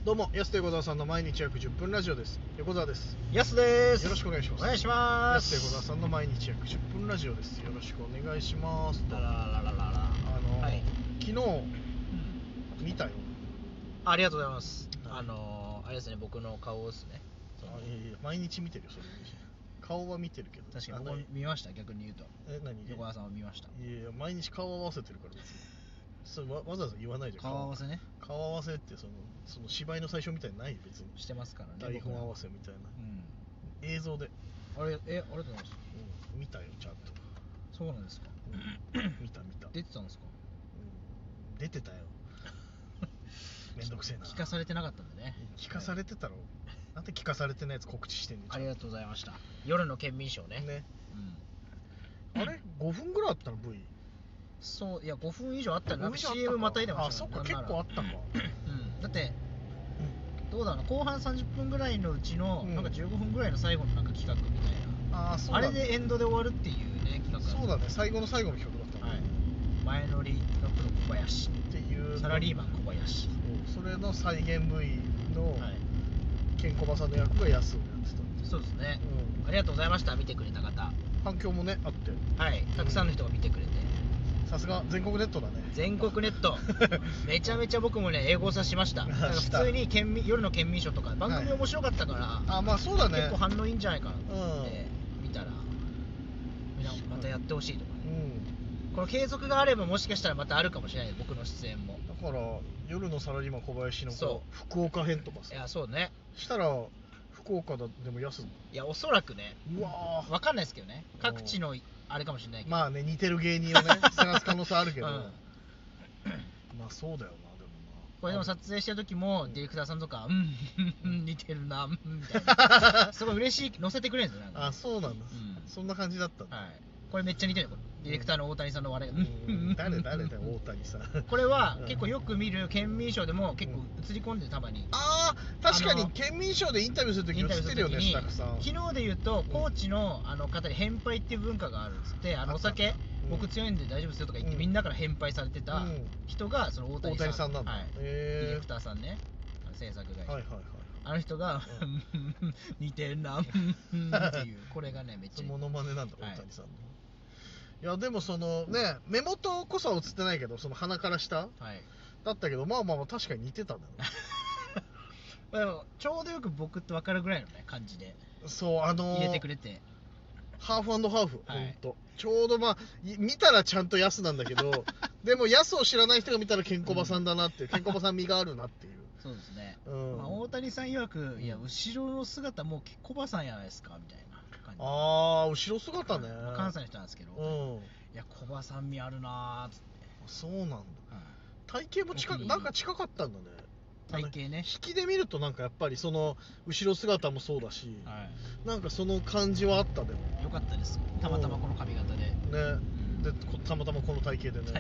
どうも、安手小沢さんの毎日約10分ラジオです。横澤です。 やすです。 よろしくお願いします。 お願いしま安手す。 小沢さんの毎日約10分ラジオです。よろしくお願いしますと。 ららららららはい、 昨日、見たよ。 ありがとうございます。 はい、 あれですね、僕の顔ですね。 いや毎日見てるよ、それ。顔は見てるけど。 確かに僕見ました、逆に言うと。 何横川さんは見ました。 いや、毎日顔合わせてるから別に。わざわざ言わないじゃん。 顔合わせね。 顔合わせってその芝居の最初みたいにない別に。 してますからね。 台本合わせみたいな。映像で。 ありがとうございます。 見たよ、ちゃんと。 そうなんですか。 見た。 出てたんですか。 出てたよ。めんどくせえな。 聞かされてなかったんでね。 聞かされてたろ。なんで聞かされてないやつ告知してんの。 ありがとうございました。夜の県民賞ね。 あれ5分ぐらいあったの V。 そう、いや5分以上あったらなんか CM またいでましたね。 あ、そっか、結構あったか。 だってどうだろう、後半30分ぐらいのうちのなんか15分ぐらいの最後のなんか企画みたいな、あれでエンドで終わるっていうね企画。 そうだね、最後の最後の企画だった。 前乗りのプロ小林っていうサラリーマン小林、 それの再現 V のケンコバさんの役が安をやってた。 そうですね。ありがとうございました。見てくれた方、 反響もねあって、 たくさんの人が見てくれて、 さすが全国ネットだね。 全国ネットめちゃめちゃ僕もね英語さしました。普通に夜の県民賞とか番組面白かったから、 まあそうだね、 結構反応いいんじゃないかなって見たら、みんなまたやってほしいとかね、この継続があればもしかしたらまたあるかもしれない、僕の出演も。 だから夜のサラリーマン小林の福岡編とかさ、 いやそうね、 したら福岡でも安い。 いやおそらくね、分かんないですけどね、各地のあれかもしれないけど、 まあね、似てる芸人をね探す可能性あるけど、まあそうだよな。でもなこれでも撮影してる時もディレクターさんとか似てるなみたいなすごい嬉しい、載せてくれるんですよ。 あ、そうなんだ、そんな感じだったんだ。 これめっちゃ似てる、ディレクターの大谷さんの笑いが誰だよ大谷さん。 これは結構よく見る県民賞でも結構映り込んで、たまに確かに県民賞でインタビューするとき映ってるよね、スタッフさん。 昨日で言うと高知の方に返杯っていう文化があるんですって。お酒僕強いんで大丈夫ですよとか言ってみんなから返杯されてた人がその大谷さんなんだ。ディレクターさんね、制作会社、あの人が似てるなっていう、これがねめっちゃモノマネなんだ、大谷さんの。いやでもそのね、目元こそは映ってないけど、その鼻から下だったけど、まあ確かに似てたんだよね。 ちょうどよく僕って分かるぐらいのね感じで、 そう入れてくれて、 ハーフ&ハーフ、ちょうど見たらちゃんとヤスなんだけどでもヤスを知らない人が見たらケンコバさんだなっていう、ケンコバさん味があるなっていう。 そうですね。大谷さん曰く、いや後ろの姿もうケンコバさんやないですかみたいな感じ。 後ろ姿ね、 関西の人なんですけど、いやコバさん味あるなーっつって。 そうなんだ。体型もなんか近かったんだね。 体型ね、 引きで見るとなんかやっぱりその後ろ姿もそうだし、なんかその感じはあった。でもよかったです、たまたまこの髪型でね、 でたまたまこの体型でね、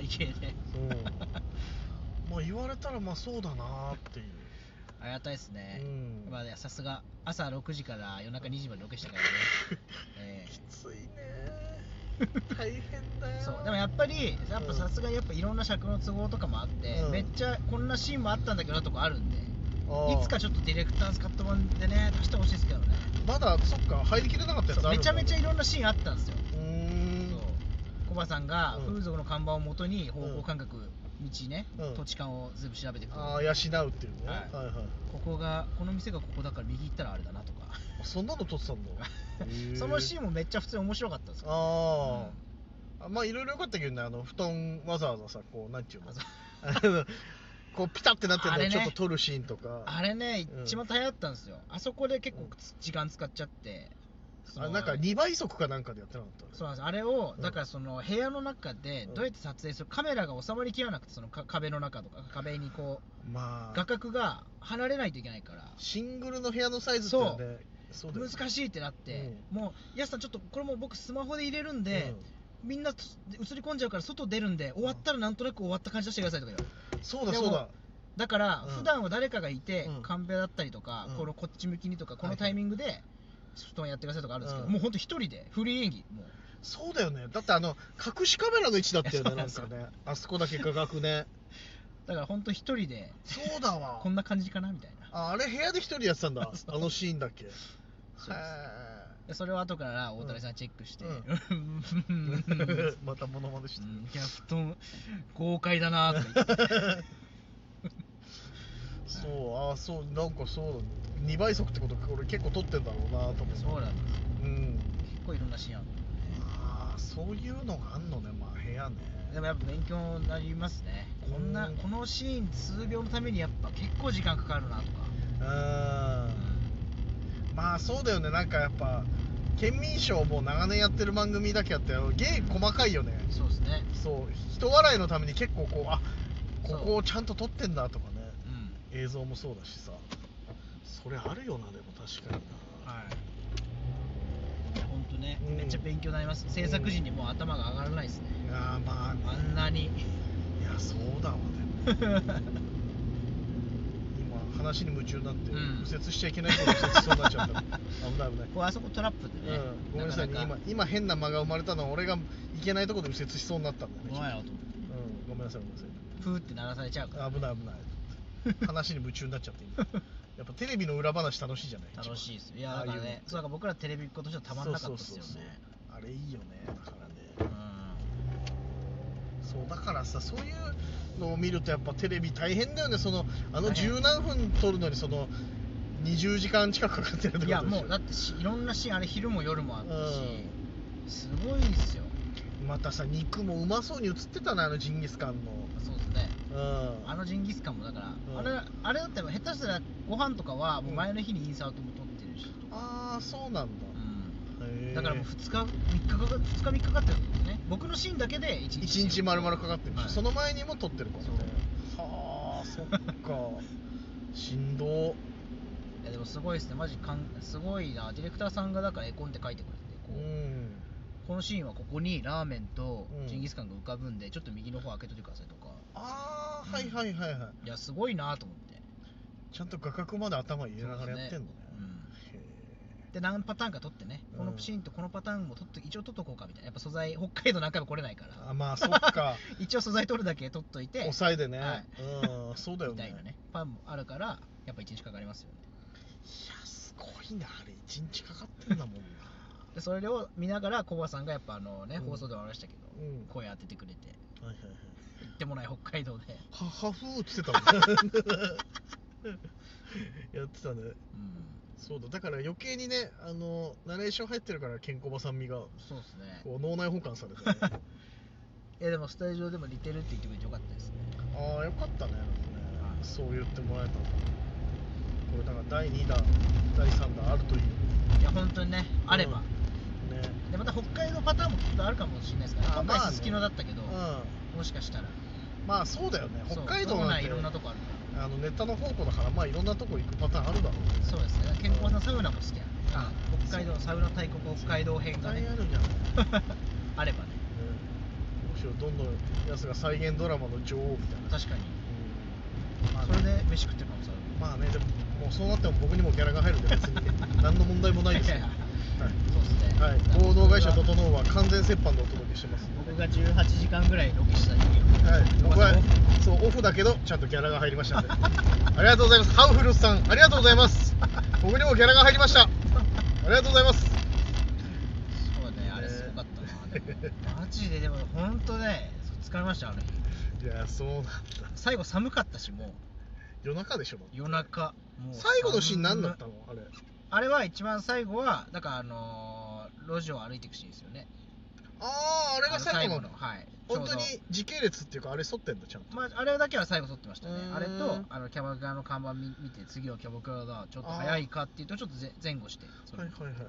まあ言われたらまあそうだなーっていう。 ありがたいですね。まあさすが朝6時から夜中2時までロケしたからねきついね大変だよ。 そうでもやっぱさすがにいろんな尺の都合とかもあって、めっちゃこんなシーンもあったんだけどなとこあるんで、いつかちょっとディレクターズカット版でね出してほしいですけどね。 まだそっか、入りきれなかったやつあるんだ。 めちゃめちゃいろんなシーンあったんですよ。コバさんが風俗の看板をもとに方向感覚、道ね、土地勘を全部調べてくる。 養うっていうね。 この店がここだから右行ったらあれだなとか、 そんなの撮ってたんだそのシーンもめっちゃ普通に面白かったです。まあいろいろよかったけどね、布団わざわざさ、こうなんていうのこうピタってなってるのをちょっと撮るシーンとか、 あれね一番大変だったんですよ。あそこで結構時間使っちゃって、 なんか2倍速かなんかでやってなかった。 そうなんです。あれをだからその部屋の中でどうやって撮影する、カメラが収まりきらなくて、その壁の中とか壁にこう画角が離れないといけないから、 シングルの部屋のサイズってね、 難しいってなって、もうやすさんちょっとこれも僕スマホで入れるんで、みんな映り込んじゃうから外出るんで、終わったらなんとなく終わった感じ出してくださいとか言う。そうだだから普段は誰かがいてカンペだったりとか、こっち向きにとか、このタイミングで布団やってくださいとかあるんですけど、もうほんと一人でフリー演技。もうそうだよね。だって隠しカメラの位置だったよね、なんかね、あそこだけ画角ね。 だから本当一人でそうだわこんな感じかなみたいな。 あれ部屋で一人やってたんだあのシーンだっけ。 それを後から大谷さんチェックして、 またモノマネしてギャプトン豪快だなとか言ってそうそうなんかそう2倍速ってこと俺結構撮ってんだろうなと思って。 そうなんです、結構いろんなシーンある。 そういうのがあんのね。まあ部屋ね。 でもやっぱ勉強になりますね。このシーン数秒のためにやっぱ結構時間かかるなとか。 まあそうだよね。なんかやっぱ県民賞も長年やってる番組だけあって芸細かいよね。 そうですね。 そう人笑いのために結構ここをちゃんと撮ってんだとかね、映像もそうだしさ、それあるよな。でも確かにな。 本当ね、めっちゃ勉強になります。制作時にもう頭が上がらないですね。 まあね、 あんなに。いやそうだわね。今話に夢中になって右折しちゃいけないこと右折しそうになっちゃった。危ない危ない。 あそこトラップでね。 ごめんなさいね。今変な間が生まれたのは俺がいけないところで右折しそうになったんだね。ごめんなさいごめんなさい。 ふーって鳴らされちゃうから。 危ない危ない。話に夢中になっちゃって今。やっぱテレビの裏話楽しいじゃない。 楽しいです。いやだからね、そうなんか僕らテレビっ子としてはたまんなかったですよね。 あれいいよね。だからね。そうだからさ、そういうのを見るとやっぱテレビ大変だよね。十何分撮るのに20時間近くかかってるってことでしょ。いやもうだっていろんなシーンあれ昼も夜もあったし、すごいですよ。 またさ肉もうまそうに映ってたなジンギスカンの。 そうですね。あのジンギスカンもだから、あれだって下手したらご飯とかはもう前の日にインサートも撮ってるしとか。 そうなんだ。 だからもう2日3日かかってるんですね。僕のシーンだけで1 日丸々かかってるし、その前にも撮ってるからね。そっか。しんど。いやでもすごいですね。マジすごいな。ディレクターさんがだから絵コンテ書いてくれて、このシーンはここにラーメンとジンギスカンが浮かぶんで、ちょっと右の方開けといてくださいとか。 はいはいはいはい。 いやすごいなと思って。 ちゃんと画角まで頭入れながらやってんのね。で何パターンか撮ってね、このシーンとこのパターンも一応撮っとこうかみたいな。やっぱ素材北海道何回も来れないから。 まあそっか。 一応素材撮るだけ撮っといて抑えでね。そうだよね。 みたいなねパンもあるからやっぱ1日かかりますよね。 いやすごいな。あれ1日かかってんだもんな。 でそれを見ながらコバさんがやっぱ放送でもありましたけど、声当ててくれて、行ってもない北海道でハフーって言ってたもん。やってたね。そうだから余計にねナレーション入ってるからケンコバさんみがそうですね。 脳内保管されてね。 いやでもスタジオでも似てるって言ってくれてよかったですね。 よかったね。そう言ってもらえたの。これだから第2弾第3弾あるといい。 いや本当にねあれば。でまた北海道パターンもきっとあるかもしれないですから、今回すすきのだったけど、もしかしたらまあそうだよね。北海道なんていろんなとこあるからネタの宝庫だから、まあいろんなとこ行くパターンあるだろうね。 そうですね。健康なサウナも好きやね。北海道サウナ大国北海道編がねあるじゃん。 あればね。 むしろどんどんやつが再現ドラマの女王みたいな。 確かに。それで飯食ってる可能性ある。 まあね、でももうそうなっても僕にもギャラが入るんで別に何の問題もないですよ。 そうですね。 合同会社整うは完全折半でお届けしてます。 僕が18時間ぐらいロケした時僕はオフだけどちゃんとギャラが入りましたんで。ありがとうございます。ハウフルスさんありがとうございます。僕にもギャラが入りました。ありがとうございます。 そうね、あれすごかったな。でもマジででも本当ね疲れましたあの日。 いやそうなんだ。 最後寒かったしもう夜中でしょ。 夜中もう最後のシーン何だったのあれは一番最後はだから路地を歩いていくシーンですよね。 あれが最後のはい本当に時系列っていうかあれ沿ってんだちゃんと。 あれだけは最後沿ってましたね。あれとキャバクラの看板見て次はキャバクラがちょっと早いかっていうとちょっと前後して。 はい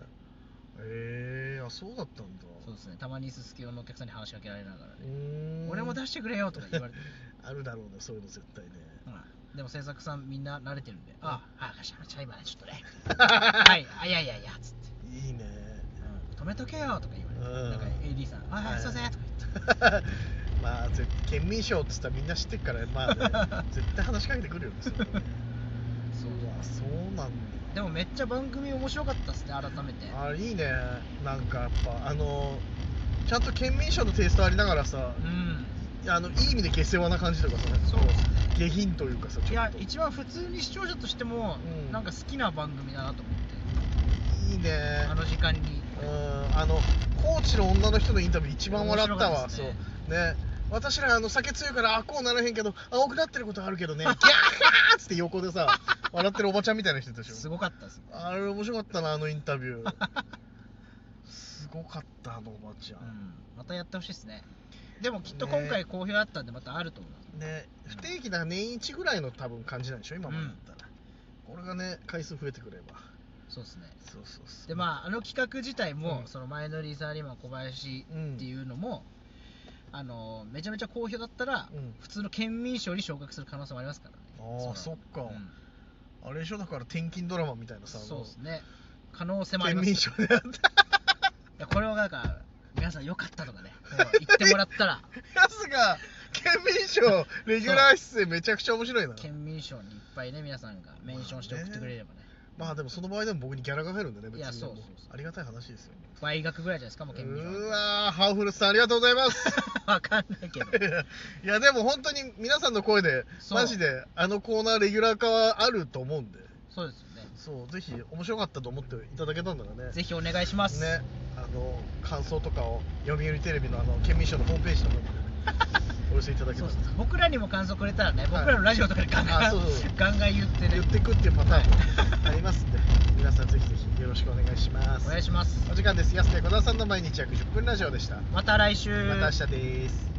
そうだったんだ。 そうですね。たまにすすきのお客さんに話しかけられながらね、俺も出してくれよとか言われてあるだろうねそういうの絶対ね。 でも制作さんみんな慣れてるんで、今ねちょっとねはいいやつっていいね、 止めとけよとか言われて、なんか AD さんはいすいませんとか言ってまあ県民賞っつったらみんな知ってるからまあね絶対話しかけてくるよね。そうなんだ。 でもめっちゃ番組面白かったですね改めて。 いいね。なんかやっぱちゃんと県民賞のテイストありながらさ、 い意味で下世話な感じとかさ、 そう下品というかさ、 いや一番普通に視聴者としても、なんか好きな番組だなと思って。 いいね、 あの時間に。 コーチの女の人のインタビュー一番笑ったわ。 そうね、私ら酒強いからこうならへんけど青くなってることあるけどねギャーッつって横でさ笑ってるおばちゃんみたいな人でしょ。 すごかったです。 あれ面白かったな、あのインタビューすごかった、あのおばちゃん、 またやってほしいですね。でもきっと今回好評だったんでまたあると思いますね。不定期だから年一ぐらいの多分感じなんでしょ今までだったら、これがね回数増えてくれば。 そうですね。 そうであの企画自体も、その前乗りサラリーマン小林っていうのも、めちゃめちゃ好評だったら、普通の県民賞に昇格する可能性もありますからね。 ああ、そっか、あれでしょ、だから転勤ドラマみたいなさ。 そうですね、可能性もあります。 県民賞でやったいや、これをなんか皆さんよかったとかね言ってもらったらやつが県民賞レギュラー出演めちゃくちゃ面白いな。 県民賞にいっぱいね皆さんがメンションして送ってくれればね。 でもその場合でも僕にギャラが入るんでね、別に。 いや、そうありがたい話ですよ。 倍額ぐらいじゃないですか、もう県民賞。 うわー、ハウフルさんありがとうございますわかんないけどいやでも本当に皆さんの声でマジであのコーナーレギュラー化はあると思うんで。 そうですよね。 そう、ぜひ面白かったと思っていただけたんならね、 ぜひお願いしますね。感想とかを読売テレビの県民賞のホームページとかでお寄せいただけたら。 僕らにも感想くれたらね、僕らのラジオとかでガンガン言ってくっていうパターンありますんで、皆さんぜひぜひよろしくお願いします。 お願いします。 お時間です。安手小沢さんの毎日約10分ラジオでした。 また来週。 また明日です。